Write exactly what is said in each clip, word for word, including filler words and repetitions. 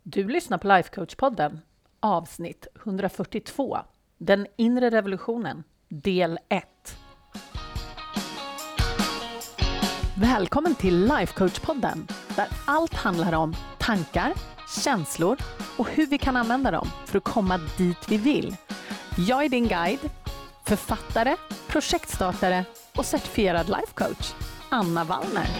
Du lyssnar på Life Coach-podden, avsnitt hundrafyrtiotvå, Den inre revolutionen, del ett. Välkommen till Life Coach-podden, där allt handlar om tankar, känslor och hur vi kan använda dem för att komma dit vi vill. Jag är din guide, författare, projektstartare och certifierad life coach, Anna Wallner.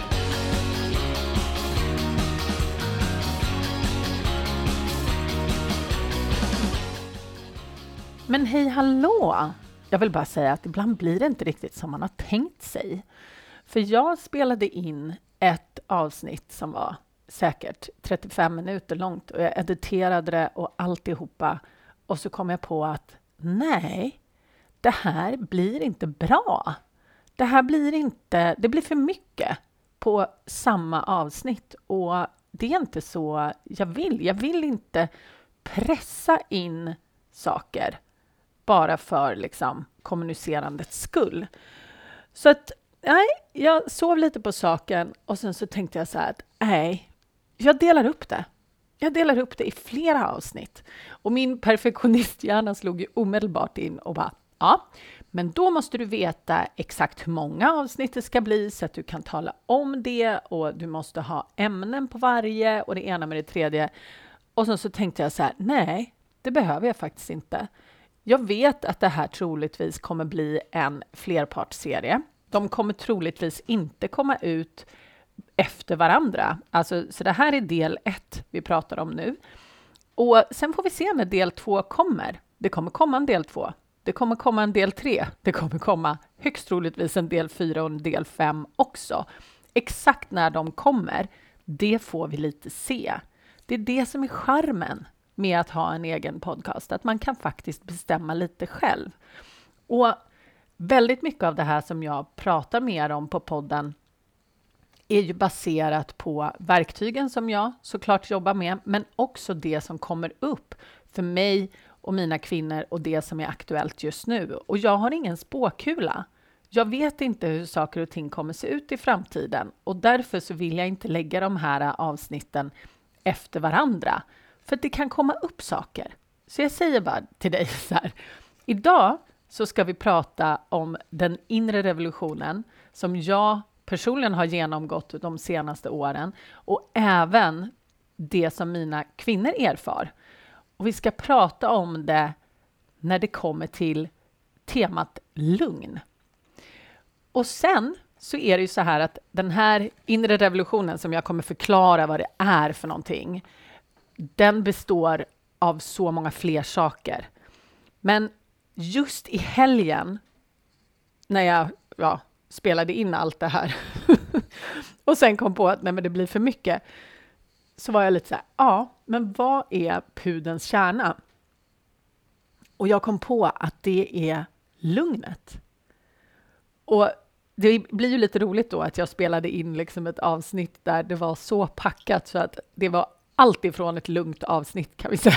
Men hej hallå! Jag vill bara säga att ibland blir det inte riktigt som man har tänkt sig. För jag spelade in ett avsnitt som var säkert trettiofem minuter långt och jag editerade det och alltihopa. Och så kom jag på att nej, det här blir inte bra. Det här blir inte, det blir för mycket på samma avsnitt och det är inte så jag vill. Jag vill inte pressa in saker bara för liksom kommunicerandets skull. Så att nej, jag sov lite på saken och sen så tänkte jag så här att nej, jag delar upp det. Jag delar upp det i flera avsnitt. Och min perfektionisthjärna slog ju omedelbart in och bara, ja, men då måste du veta exakt hur många avsnitt det ska bli så att du kan tala om det och du måste ha ämnen på varje och det ena med det tredje. Och sen så tänkte jag så här, nej, det behöver jag faktiskt inte. Jag vet att det här troligtvis kommer bli en flerpartsserie. De kommer troligtvis inte komma ut efter varandra. Alltså, så det här är del ett vi pratar om nu. Och sen får vi se när del två kommer. Det kommer komma en del två. Det kommer komma en del tre. Det kommer komma högst troligtvis en del fyra och en del fem också. Exakt när de kommer, det får vi lite se. Det är det som är charmen med att ha en egen podcast. Att man kan faktiskt bestämma lite själv. Och väldigt mycket av det här som jag pratar mer om på podden är ju baserat på verktygen som jag såklart jobbar med. Men också det som kommer upp för mig och mina kvinnor och det som är aktuellt just nu. Och jag har ingen spåkula. Jag vet inte hur saker och ting kommer se ut i framtiden. Och därför så vill jag inte lägga de här avsnitten efter varandra. För att det kan komma upp saker. Så jag säger bara till dig så här. Idag så ska vi prata om den inre revolutionen som jag personligen har genomgått de senaste åren. Och även det som mina kvinnor erfar. Och vi ska prata om det när det kommer till temat lugn. Och sen så är det ju så här att den här inre revolutionen som jag kommer förklara vad det är för någonting. Den består av så många fler saker. Men just i helgen när jag ja, spelade in allt det här och sen kom på att nej, men det blir för mycket så var jag lite så här, ja, men vad är pudelns kärna? Och jag kom på att det är lugnet. Och det blir ju lite roligt då att jag spelade in liksom ett avsnitt där det var så packat så att det var allt ifrån ett lugnt avsnitt kan vi säga.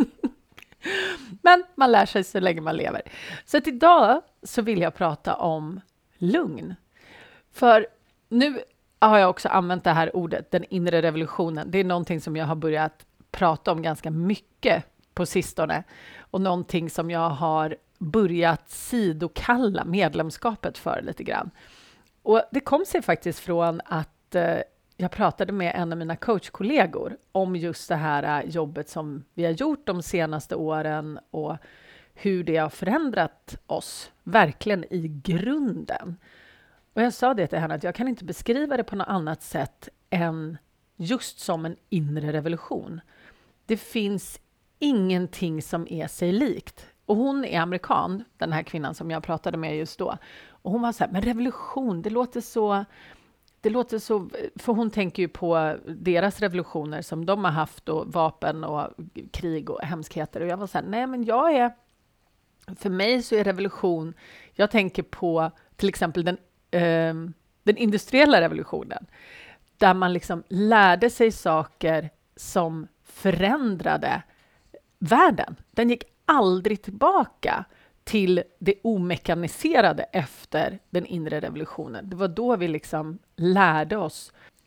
Men man lär sig så länge man lever. Så att idag så vill jag prata om lugn. För nu har jag också använt det här ordet, den inre revolutionen. Det är någonting som jag har börjat prata om ganska mycket på sistone. Och någonting som jag har börjat sidokalla medlemskapet för lite grann. Och det kom sig faktiskt från att eh, jag pratade med en av mina coachkollegor om just det här jobbet som vi har gjort de senaste åren och hur det har förändrat oss verkligen i grunden. Och jag sa det till henne att jag kan inte beskriva det på något annat sätt än just som en inre revolution. Det finns ingenting som är sig likt. Och hon är amerikan, den här kvinnan som jag pratade med just då. Och hon var så här, men revolution, det låter så... Det låter så, för hon tänker ju på deras revolutioner som de har haft och vapen och krig och hemskheter. Och jag var så här, nej men jag är, för mig så är revolution, jag tänker på till exempel den, eh, den industriella revolutionen. Där man liksom lärde sig saker som förändrade världen. Den gick aldrig tillbaka till det omekaniserade efter den inre revolutionen. Det var då vi liksom lärde oss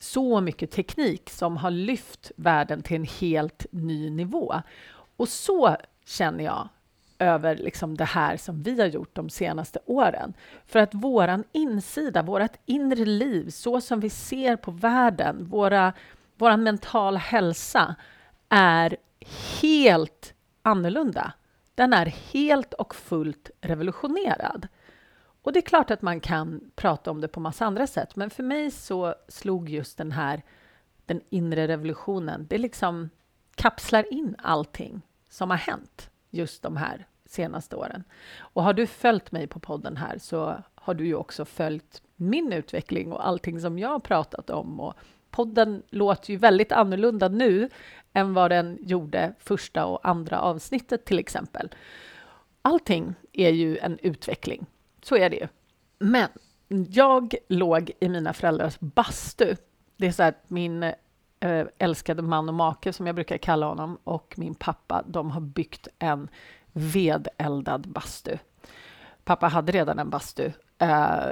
så mycket teknik som har lyft världen till en helt ny nivå. Och så känner jag över liksom det här som vi har gjort de senaste åren. För att våran insida, vårat inre liv, så som vi ser på världen, våra, våran mentala hälsa är helt annorlunda. Den är helt och fullt revolutionerad. Och det är klart att man kan prata om det på massa andra sätt. Men för mig så slog just den här, den inre revolutionen, det liksom kapslar in allting som har hänt just de här senaste åren. Och har du följt mig på podden här så har du ju också följt min utveckling och allting som jag har pratat om. Och podden låter ju väldigt annorlunda nu än vad den gjorde första och andra avsnittet till exempel. Allting är ju en utveckling. Så är det ju. Men jag låg i mina föräldrars bastu. Det är så att min äh, älskade man och make, som jag brukar kalla honom, och min pappa, de har byggt en vedeldad bastu. Pappa hade redan en bastu. Äh,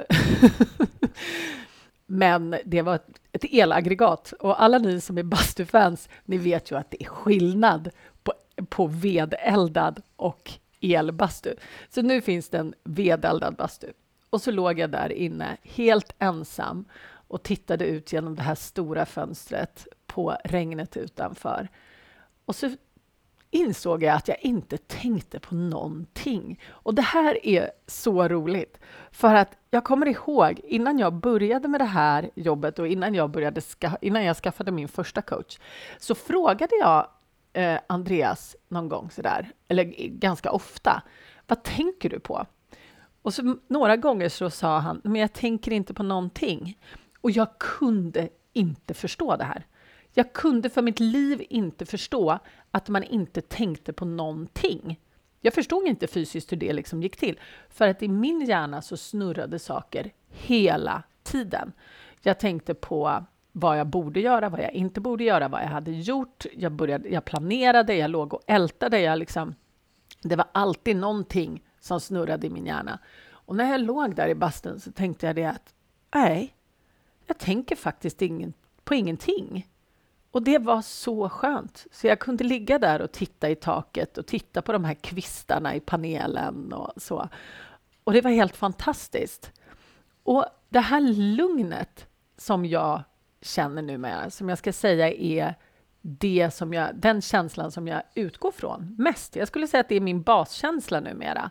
men det var ett, ett elaggregat. Och alla ni som är bastufans, ni vet ju att det är skillnad på, på vedeldad och elbastu. Så nu finns det en vedeldad bastu. Och så låg jag där inne helt ensam och tittade ut genom det här stora fönstret på regnet utanför. Och så insåg jag att jag inte tänkte på någonting. Och det här är så roligt. För att jag kommer ihåg, innan jag började med det här jobbet och innan jag, började ska- innan jag skaffade min första coach, så frågade jag eh, Andreas någon gång sådär, eller ganska ofta, vad tänker du på? Och så några gånger så sa han, men jag tänker inte på någonting. Och jag kunde inte förstå det här. Jag kunde för mitt liv inte förstå att man inte tänkte på någonting. Jag förstod inte fysiskt hur det liksom gick till. För att i min hjärna så snurrade saker hela tiden. Jag tänkte på vad jag borde göra, vad jag inte borde göra, vad jag hade gjort. Jag, började, jag planerade, jag låg och ältade. Jag liksom, det var alltid någonting som snurrade i min hjärna. Och när jag låg där i bastun så tänkte jag det att nej, jag tänker faktiskt ingen, på ingenting. Och det var så skönt. Så jag kunde ligga där och titta i taket och titta på de här kvistarna i panelen och så. Och det var helt fantastiskt. Och det här lugnet som jag känner nu med, som jag ska säga är det som jag, den känslan som jag utgår från mest. Jag skulle säga att det är min baskänsla numera.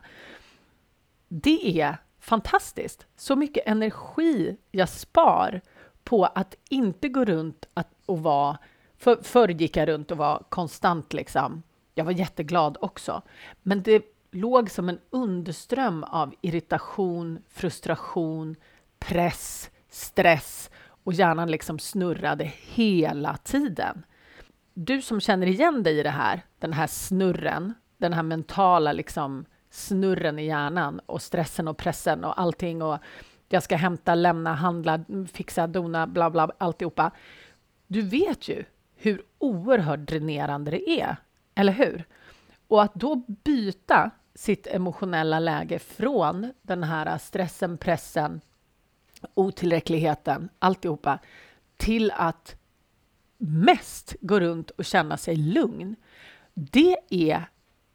Det är fantastiskt. Så mycket energi jag spar på att inte gå runt att, och vara... För, förr gick jag runt och var konstant liksom. Jag var jätteglad också. Men det låg som en underström av irritation, frustration, press, stress. Och hjärnan liksom snurrade hela tiden. Du som känner igen dig i det här, den här snurren, den här mentala liksom snurren i hjärnan och stressen och pressen och allting och jag ska hämta, lämna, handla, fixa, dona, bla bla, alltihopa. Du vet ju hur oerhört dränerande det är, eller hur? Och att då byta sitt emotionella läge från den här stressen, pressen, otillräckligheten, alltihopa, till att mest gå runt och känna sig lugn. Det är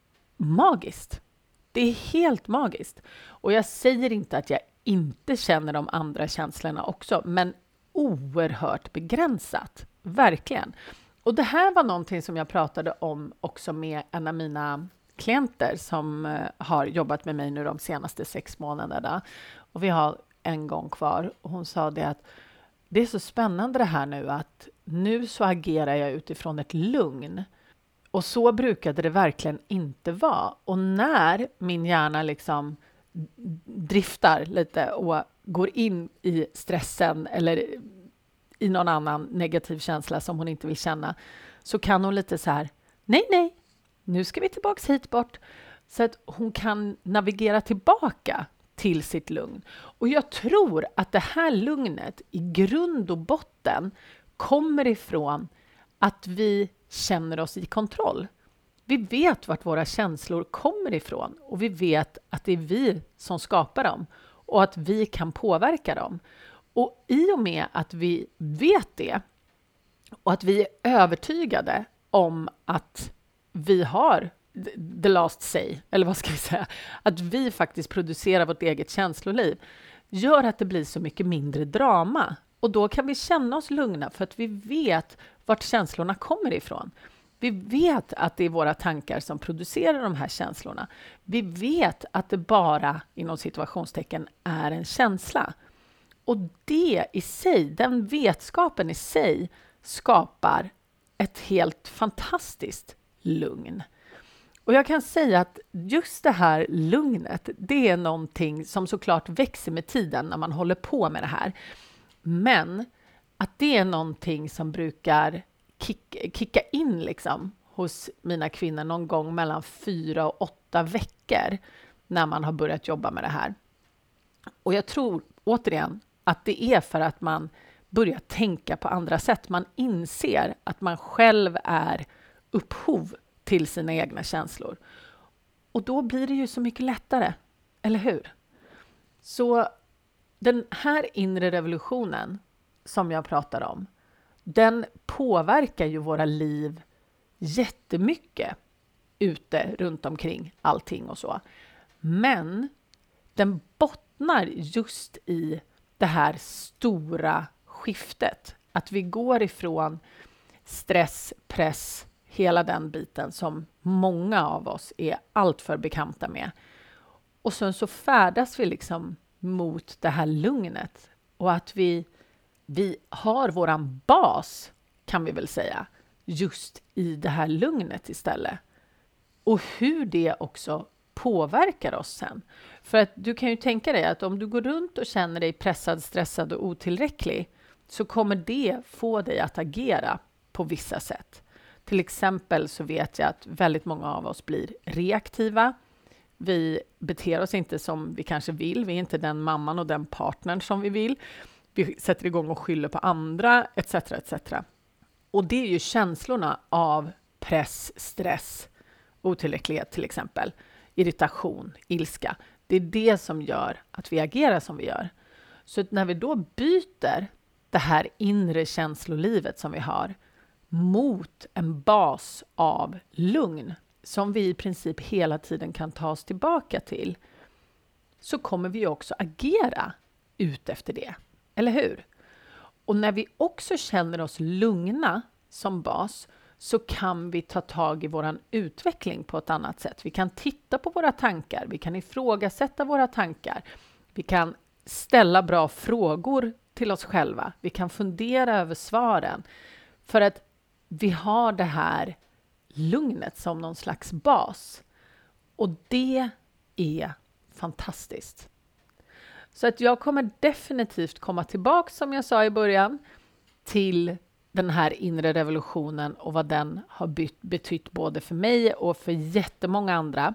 magiskt. Det är helt magiskt. Och jag säger inte att jag inte känner de andra känslorna också, men oerhört begränsat. Verkligen. Och det här var någonting som jag pratade om också med en av mina klienter som har jobbat med mig nu de senaste sex månaderna. Och vi har en gång kvar. Och hon sa det att det är så spännande det här nu att nu så agerar jag utifrån ett lugn. Och så brukade det verkligen inte vara. Och när min hjärna liksom driftar lite och går in i stressen eller i någon annan negativ känsla som hon inte vill känna, så kan hon lite så här, nej, nej, nu ska vi tillbaka hit bort. Så att hon kan navigera tillbaka till sitt lugn. Och jag tror att det här lugnet i grund och botten kommer ifrån att vi känner oss i kontroll. Vi vet vart våra känslor kommer ifrån och vi vet att det är vi som skapar dem och att vi kan påverka dem. Och i och med att vi vet det och att vi är övertygade om att vi har the last say, eller vad ska vi säga, att vi faktiskt producerar vårt eget känsloliv, gör att det blir så mycket mindre drama. Och då kan vi känna oss lugna för att vi vet vart känslorna kommer ifrån. Vi vet att det är våra tankar som producerar de här känslorna. Vi vet att det bara, inom situationstecken, är en känsla. Och det i sig, den vetskapen i sig, skapar ett helt fantastiskt lugn. Och jag kan säga att just det här lugnet, det är någonting som såklart växer med tiden när man håller på med det här. Men att det är någonting som brukar kick, kicka in liksom hos mina kvinnor någon gång mellan fyra och åtta veckor när man har börjat jobba med det här. Och jag tror återigen att det är för att man börjar tänka på andra sätt. Man inser att man själv är upphov till sina egna känslor. Och då blir det ju så mycket lättare, eller hur? Så den här inre revolutionen som jag pratar om, den påverkar ju våra liv jättemycket ute runt omkring allting och så. Men den bottnar just i det här stora skiftet. Att vi går ifrån stress, press, hela den biten som många av oss är alltför bekanta med. Och sen så färdas vi liksom mot det här lugnet. Och att vi, vi har våran bas, kan vi väl säga, just i det här lugnet istället. Och hur det också påverkar oss sen. För att du kan ju tänka dig att om du går runt och känner dig pressad, stressad och otillräcklig, så kommer det få dig att agera på vissa sätt. Till exempel så vet jag att väldigt många av oss blir reaktiva. Vi beter oss inte som vi kanske vill. Vi är inte den mamman och den partnern som vi vill. Vi sätter igång och skyller på andra, et cetera et cetera. Och det är ju känslorna av press, stress, otillräcklighet till exempel. Irritation, ilska. Det är det som gör att vi agerar som vi gör. Så när vi då byter det här inre känslolivet som vi har mot en bas av lugn som vi i princip hela tiden kan ta oss tillbaka till, så kommer vi också agera ut efter det. Eller hur? Och när vi också känner oss lugna som bas, så kan vi ta tag i vår utveckling på ett annat sätt. Vi kan titta på våra tankar, vi kan ifrågasätta våra tankar, vi kan ställa bra frågor till oss själva, vi kan fundera över svaren. För att vi har det här lugnet som någon slags bas. Och det är fantastiskt. Så att jag kommer definitivt komma tillbaka, som jag sa i början, till den här inre revolutionen och vad den har bytt, betytt både för mig och för jättemånga andra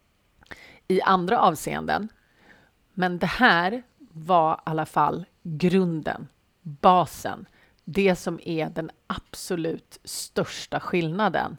i andra avseenden. Men det här var i alla fall grunden, basen, det som är den absolut största skillnaden.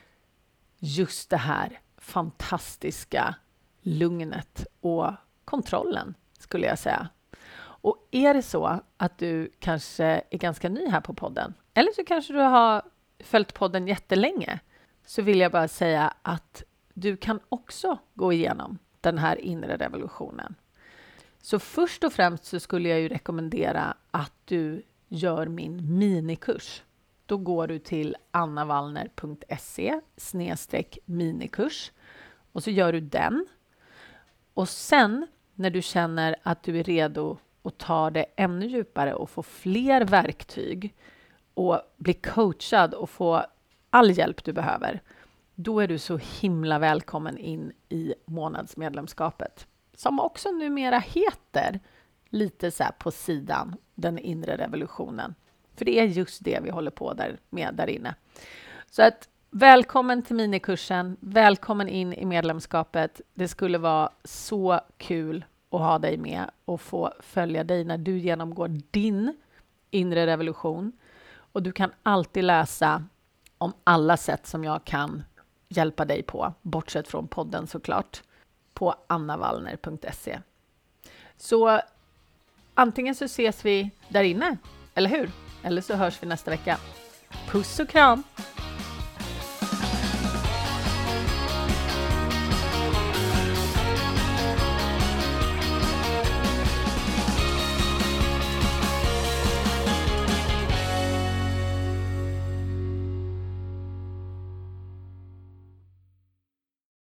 Just det här fantastiska lugnet och kontrollen, skulle jag säga. Och är det så att du kanske är ganska ny här på podden, eller så kanske du har följt podden jättelänge, så vill jag bara säga att du kan också gå igenom den här inre revolutionen. Så först och främst så skulle jag ju rekommendera att du gör min minikurs. Då går du till annavallner punkt se snedstreck minikurs och så gör du den. Och sen när du känner att du är redo att ta det ännu djupare och få fler verktyg och bli coachad och få all hjälp du behöver, då är du så himla välkommen in i månadsmedlemskapet. Som också numera heter lite så här på sidan den inre revolutionen. För det är just det vi håller på där med där inne. Så att välkommen till minikursen, välkommen in i medlemskapet. Det skulle vara så kul att ha dig med och få följa dig när du genomgår din inre revolution. Och du kan alltid läsa om alla sätt som jag kan hjälpa dig på, bortsett från podden såklart, på annavallner punkt se. Så antingen så ses vi där inne, eller hur? Eller så hörs vi nästa vecka. Puss och kram!